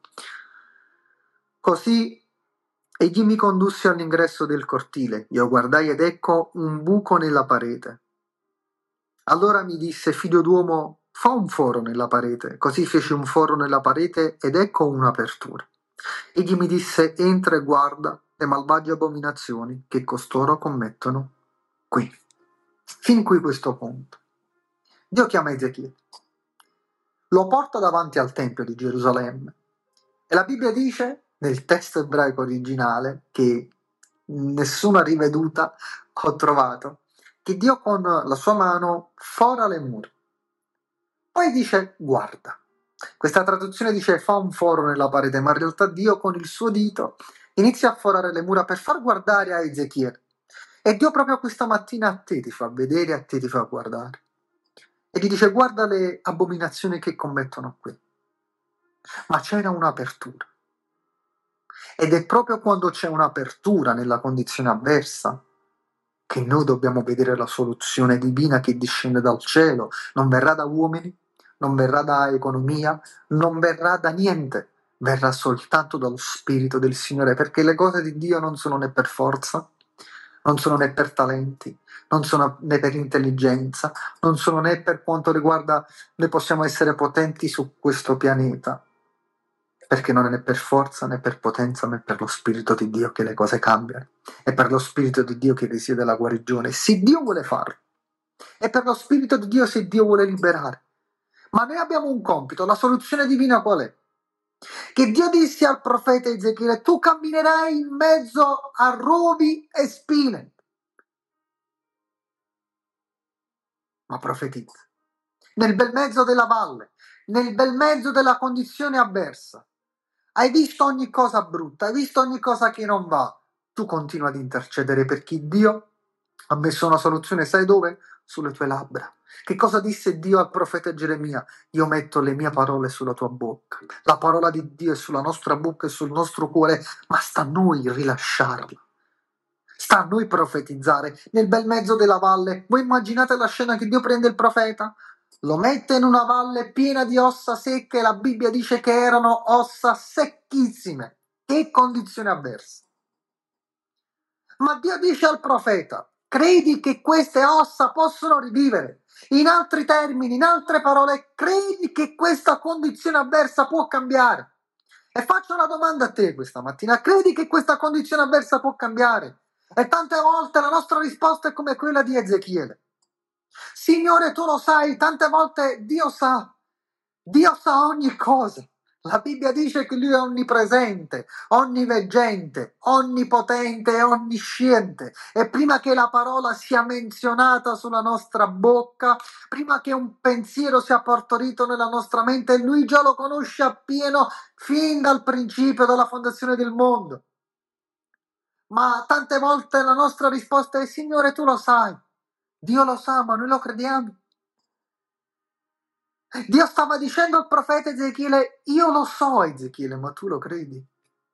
così egli mi condusse all'ingresso del cortile, io guardai ed ecco un buco nella parete. Allora mi disse: figlio d'uomo, fa un foro nella parete. Così feci un foro nella parete ed ecco un'apertura. Egli mi disse: entra e guarda le malvagie abominazioni che costoro commettono qui. Fin qui questo punto. Dio chiama Ezechiele, lo porta davanti al Tempio di Gerusalemme e la Bibbia dice, nel testo ebraico originale, che nessuna riveduta ho trovato, che Dio con la sua mano fora le mura. Poi dice guarda. Questa traduzione dice fa un foro nella parete, ma in realtà Dio con il suo dito inizia a forare le mura per far guardare a Ezechiele. E Dio proprio questa mattina a te ti fa vedere, a te ti fa guardare. E gli dice guarda le abominazioni che commettono qui. Ma c'era un'apertura. Ed è proprio quando c'è un'apertura nella condizione avversa che noi dobbiamo vedere la soluzione divina che discende dal cielo. Non verrà da uomini, non verrà da economia, non verrà da niente, verrà soltanto dallo Spirito del Signore, perché le cose di Dio non sono né per forza, non sono né per talenti, non sono né per intelligenza, non sono né per quanto riguarda noi possiamo essere potenti su questo pianeta, perché non è né per forza né per potenza, ma è per lo Spirito di Dio che le cose cambiano, è per lo Spirito di Dio che risiede la guarigione, se Dio vuole farlo, è per lo Spirito di Dio se Dio vuole liberare. Ma noi abbiamo un compito, la soluzione divina qual è? Che Dio disse al profeta Ezechiele: tu camminerai in mezzo a rovi e spine. Ma profetizza. Nel bel mezzo della valle, nel bel mezzo della condizione avversa. Hai visto ogni cosa brutta, hai visto ogni cosa che non va. Tu continua ad intercedere perché Dio ha messo una soluzione, sai dove? Sulle tue labbra. Che cosa disse Dio al profeta Geremia? Io metto le mie parole sulla tua bocca. La parola di Dio è sulla nostra bocca e sul nostro cuore, ma sta a noi rilasciarla. Sta a noi profetizzare. Nel bel mezzo della valle, voi immaginate la scena che Dio prende il profeta? Lo mette in una valle piena di ossa secche e la Bibbia dice che erano ossa secchissime. Che condizione avversa. Ma Dio dice al profeta: credi che queste ossa possono rivivere? In altri termini, in altre parole, credi che questa condizione avversa può cambiare? E faccio una domanda a te questa mattina: credi che questa condizione avversa può cambiare? E tante volte la nostra risposta è come quella di Ezechiele: Signore, tu lo sai. Tante volte Dio sa, Dio sa ogni cosa. La Bibbia dice che Lui è onnipresente, onniveggente, onnipotente e onnisciente. E prima che la parola sia menzionata sulla nostra bocca, prima che un pensiero sia partorito nella nostra mente, Lui già lo conosce appieno fin dal principio, dalla fondazione del mondo. Ma tante volte la nostra risposta è: Signore, tu lo sai. Dio lo sa, ma noi lo crediamo. Dio stava dicendo al profeta Ezechiele: io lo so, Ezechiele, ma tu lo credi?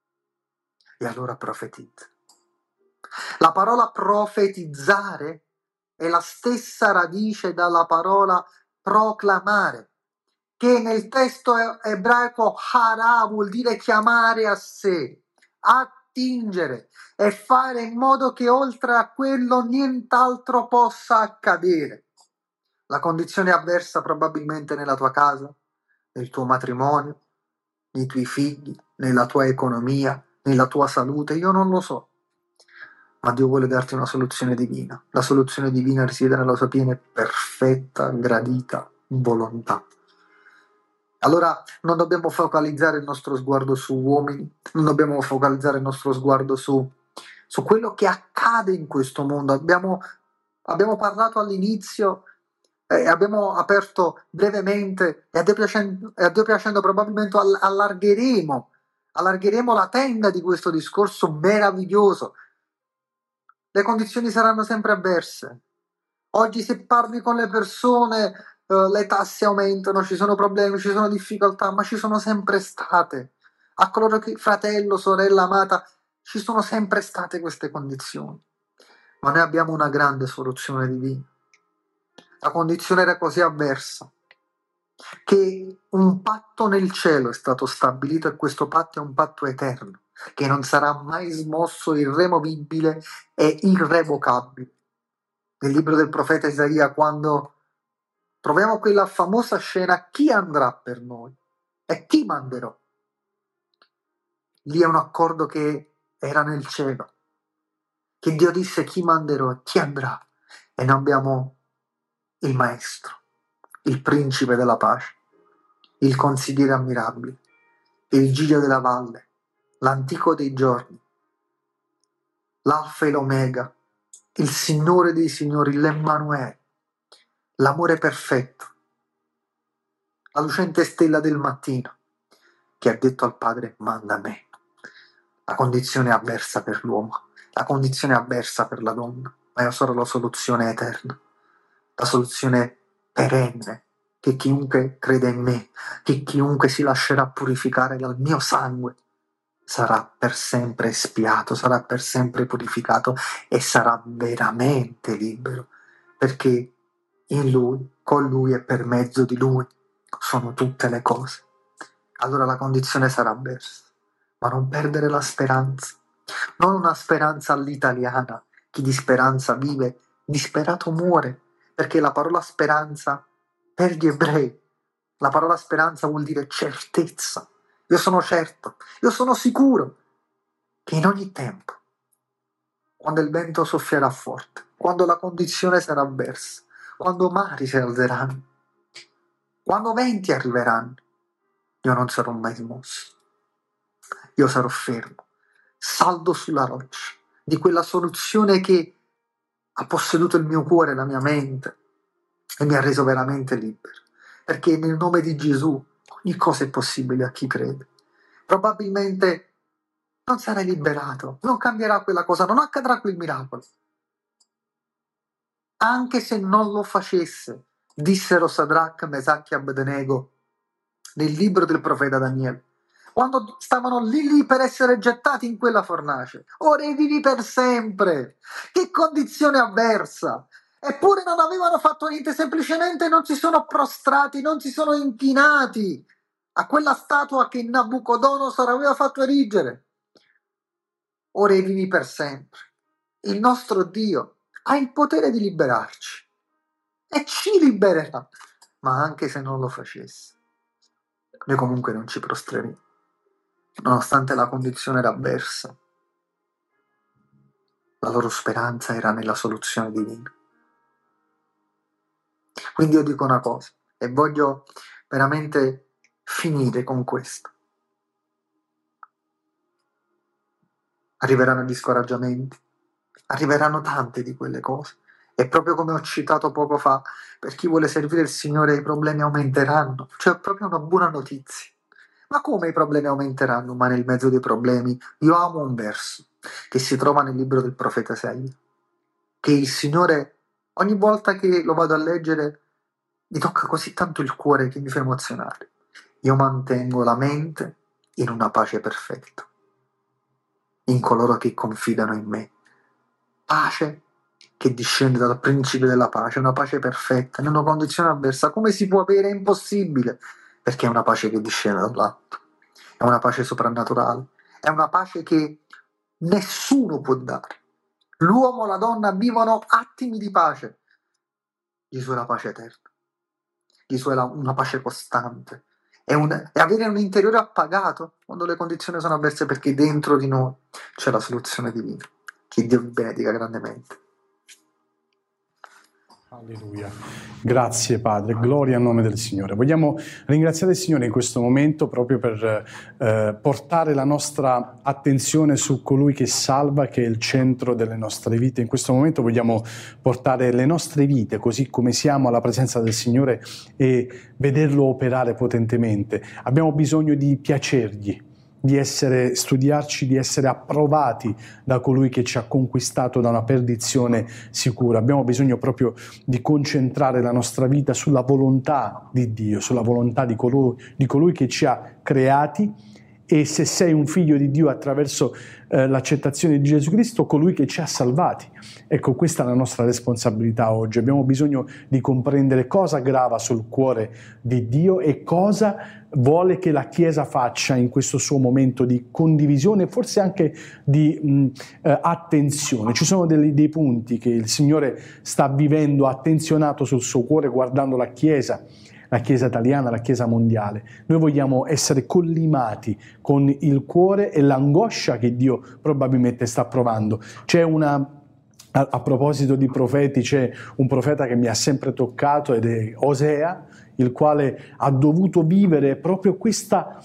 E allora profetizza. La parola profetizzare è la stessa radice dalla parola proclamare, che nel testo ebraico hara vuol dire chiamare a sé, attingere e fare in modo che oltre a quello nient'altro possa accadere. La condizione avversa probabilmente nella tua casa, nel tuo matrimonio, nei tuoi figli, nella tua economia, nella tua salute, io non lo so. Ma Dio vuole darti una soluzione divina. La soluzione divina risiede nella sua piena e perfetta, gradita volontà. Allora non dobbiamo focalizzare il nostro sguardo su uomini, non dobbiamo focalizzare il nostro sguardo su, su quello che accade in questo mondo. Abbiamo, abbiamo parlato all'inizio e abbiamo aperto brevemente, e a Dio piacendo, e a Dio piacendo probabilmente allargheremo, allargheremo la tenda di questo discorso meraviglioso. Le condizioni saranno sempre avverse. Oggi se parli con le persone, eh, le tasse aumentano, ci sono problemi, ci sono difficoltà, ma ci sono sempre state. A coloro che, fratello, sorella amata, ci sono sempre state queste condizioni. Ma noi abbiamo una grande soluzione divina. La condizione era così avversa che un patto nel cielo è stato stabilito, e questo patto è un patto eterno, che non sarà mai smosso, irremovibile e irrevocabile. Nel libro del profeta Isaia, quando troviamo quella famosa scena: chi andrà per noi e chi manderò? Lì è un accordo che era nel cielo, che Dio disse: chi manderò e chi andrà? E noi abbiamo il maestro, il principe della pace, il consigliere ammirabile, il Giglio della valle, l'antico dei giorni, l'alfa e l'omega, il Signore dei signori, l'Emmanuele, l'amore perfetto, la lucente stella del mattino, che ha detto al Padre: manda me. La condizione avversa per l'uomo, la condizione avversa per la donna, ma è solo la soluzione eterna, la soluzione perenne, che chiunque crede in me, che chiunque si lascerà purificare dal mio sangue, sarà per sempre espiato, sarà per sempre purificato e sarà veramente libero, perché in Lui, con Lui e per mezzo di Lui sono tutte le cose. Allora la condizione sarà avversa, ma non perdere la speranza, non una speranza all'italiana. Chi di speranza vive, disperato muore, perché la parola speranza per gli ebrei, la parola speranza vuol dire certezza. Io sono certo, io sono sicuro che in ogni tempo, quando il vento soffierà forte, quando la condizione sarà avversa, quando mari si alzeranno, quando venti arriveranno, io non sarò mai smosso. Io sarò fermo, saldo sulla roccia di quella soluzione che ha posseduto il mio cuore, la mia mente, e mi ha reso veramente libero. Perché nel nome di Gesù ogni cosa è possibile a chi crede. Probabilmente non sarai liberato, non cambierà quella cosa, non accadrà quel miracolo. Anche se non lo facesse, dissero Sadrach, Mesach e Abednego nel libro del profeta Daniele, quando stavano lì lì per essere gettati in quella fornace. Ora è vivi per sempre. Che condizione avversa! Eppure non avevano fatto niente, semplicemente non si sono prostrati, non si sono inchinati a quella statua che Nabucodonosor aveva fatto erigere. Ora è vivi per sempre. Il nostro Dio ha il potere di liberarci e ci libererà, ma anche se non lo facesse, noi comunque non ci prostreremo. nonostante la condizione era avversa. La loro speranza era nella soluzione divina. Quindi io dico una cosa, e voglio veramente finire con questo. Arriveranno gli scoraggiamenti, arriveranno tante di quelle cose. E proprio come ho citato poco fa, per chi vuole servire il Signore i problemi aumenteranno. Cioè è proprio una buona notizia. Ma come i problemi aumenteranno? Ma nel mezzo dei problemi io amo un verso che si trova nel libro del profeta Isaia, che il Signore, ogni volta che lo vado a leggere, mi tocca così tanto il cuore che mi fa emozionare. Io mantengo la mente in una pace perfetta, in coloro che confidano in me. Pace che discende dal principio della pace, una pace perfetta, in una condizione avversa. Come si può avere? È impossibile, perché è una pace che discende dall'alto, è una pace soprannaturale, è una pace che nessuno può dare. L'uomo e la donna vivono attimi di pace. Gesù è la pace eterna. Gesù è la, una pace costante. È, un, è avere un interiore appagato quando le condizioni sono avverse, perché dentro di noi c'è la soluzione divina. Che Dio vi benedica grandemente. Alleluia. Grazie Padre, gloria al nome del Signore. Vogliamo ringraziare il Signore in questo momento proprio per eh, portare la nostra attenzione su colui che salva, che è il centro delle nostre vite. In questo momento vogliamo portare le nostre vite, così come siamo, alla presenza del Signore e vederlo operare potentemente. Abbiamo bisogno di piacergli, di essere, studiarci, di essere approvati da colui che ci ha conquistato da una perdizione sicura. Abbiamo bisogno proprio di concentrare la nostra vita sulla volontà di Dio, sulla volontà di colui, di colui che ci ha creati, e se sei un figlio di Dio attraverso eh, l'accettazione di Gesù Cristo, colui che ci ha salvati. Ecco, questa è la nostra responsabilità oggi. Abbiamo bisogno di comprendere cosa grava sul cuore di Dio e cosa vuole che la Chiesa faccia in questo suo momento di condivisione, forse anche di mh, eh, attenzione. Ci sono dei, dei punti che il Signore sta vivendo attenzionato sul suo cuore, guardando la Chiesa, la Chiesa italiana, la Chiesa mondiale. Noi vogliamo essere collimati con il cuore e l'angoscia che Dio probabilmente sta provando. C'è una, a, a proposito di profeti, c'è un profeta che mi ha sempre toccato ed è Osea, il quale ha dovuto vivere proprio questa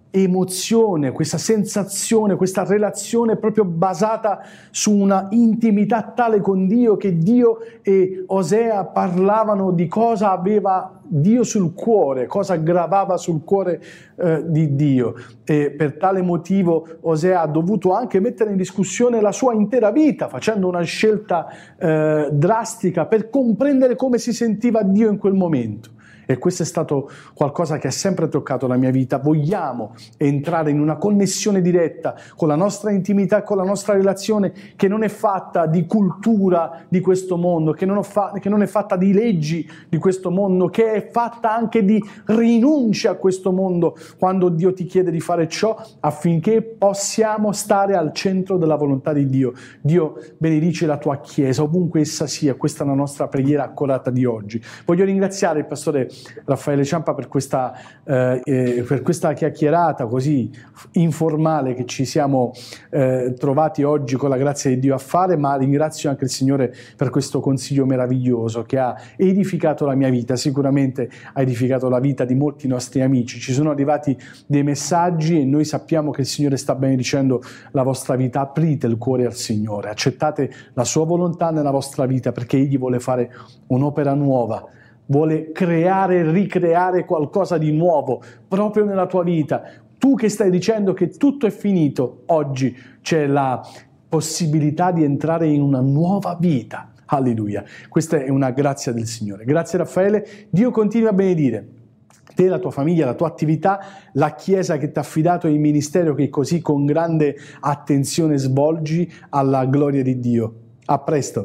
emozione, questa sensazione, questa relazione proprio basata su una intimità tale con Dio, che Dio e Osea parlavano di cosa aveva Dio sul cuore, cosa gravava sul cuore eh, di Dio, e per tale motivo Osea ha dovuto anche mettere in discussione la sua intera vita, facendo una scelta eh, drastica per comprendere come si sentiva Dio in quel momento. E questo è stato qualcosa che ha sempre toccato la mia vita. Vogliamo entrare in una connessione diretta con la nostra intimità, con la nostra relazione, che non è fatta di cultura di questo mondo, che non, ho fa- che non è fatta di leggi di questo mondo, che è fatta anche di rinuncia a questo mondo, quando Dio ti chiede di fare ciò affinché possiamo stare al centro della volontà di Dio. Dio benedice la tua Chiesa, ovunque essa sia. Questa è la nostra preghiera accorata di oggi. Voglio ringraziare il pastore Raffaele Ciampa per questa, eh, eh, per questa chiacchierata così informale che ci siamo eh, trovati oggi con la grazia di Dio a fare, ma ringrazio anche il Signore per questo consiglio meraviglioso che ha edificato la mia vita, sicuramente ha edificato la vita di molti nostri amici. Ci sono arrivati dei messaggi e noi sappiamo che il Signore sta benedicendo la vostra vita. Aprite il cuore al Signore, accettate la sua volontà nella vostra vita, perché Egli vuole fare un'opera nuova, vuole creare e ricreare qualcosa di nuovo proprio nella tua vita. Tu che stai dicendo che tutto è finito, oggi c'è la possibilità di entrare in una nuova vita. Alleluia. Questa è una grazia del Signore. Grazie Raffaele. Dio continui a benedire te, la tua famiglia, la tua attività, la Chiesa che ti ha affidato e il ministero che così con grande attenzione svolgi alla gloria di Dio. A presto.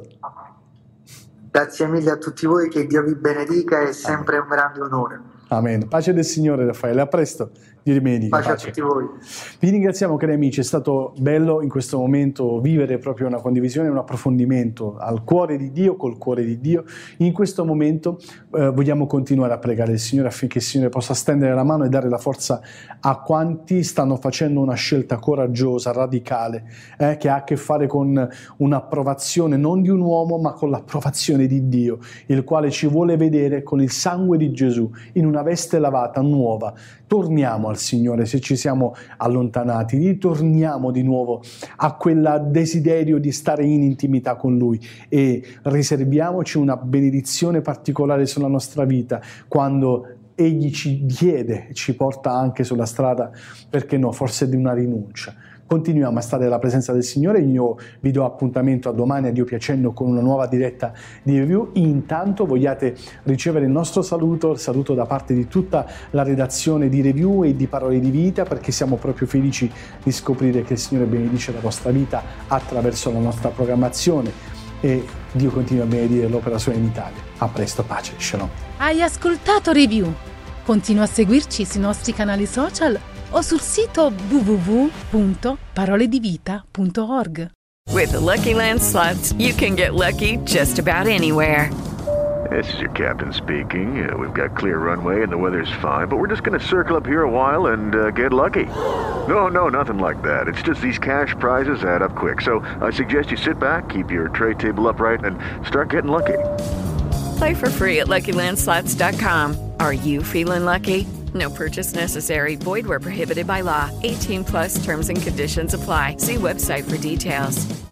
Grazie mille a tutti voi, che Dio vi benedica, è sempre un grande onore. Amen. Pace del Signore Raffaele, a presto. di domenica. Pace, pace a tutti voi. Vi ringraziamo, cari amici, è stato bello in questo momento vivere proprio una condivisione, un approfondimento al cuore di Dio, col cuore di Dio. In questo momento eh, vogliamo continuare a pregare il Signore affinché il Signore possa stendere la mano e dare la forza a quanti stanno facendo una scelta coraggiosa, radicale, eh, che ha a che fare con un'approvazione non di un uomo ma con l'approvazione di Dio, il quale ci vuole vedere con il sangue di Gesù in una veste lavata nuova. Torniamo al Signore se ci siamo allontanati, ritorniamo di nuovo a quel desiderio di stare in intimità con Lui e riserviamoci una benedizione particolare sulla nostra vita quando Egli ci chiede, ci porta anche sulla strada, perché no, forse di una rinuncia. Continuiamo a stare nella presenza del Signore. Io vi do appuntamento a domani, a Dio piacendo, con una nuova diretta di review. Intanto vogliate ricevere il nostro saluto, il saluto da parte di tutta la redazione di Review e di Parole di Vita, perché siamo proprio felici di scoprire che il Signore benedice la vostra vita attraverso la nostra programmazione e Dio continua a benedire l'opera sua in Italia. A presto, pace, shalom. Hai ascoltato Review? Continua a seguirci sui nostri canali social o sul sito w w w punto parole di vita punto org. With the Lucky Land Slots, you can get lucky just about anywhere. This is your captain speaking. Uh, we've got clear runway and the weather's fine, but we're just going to circle up here a while and uh, get lucky. No, no, nothing like that. It's just these cash prizes add up quick. So I suggest you sit back, keep your tray table upright, and start getting lucky. Play for free at lucky land slots dot com. Are you feeling lucky? No purchase necessary. Void where prohibited by law. eighteen plus terms and conditions apply. See website for details.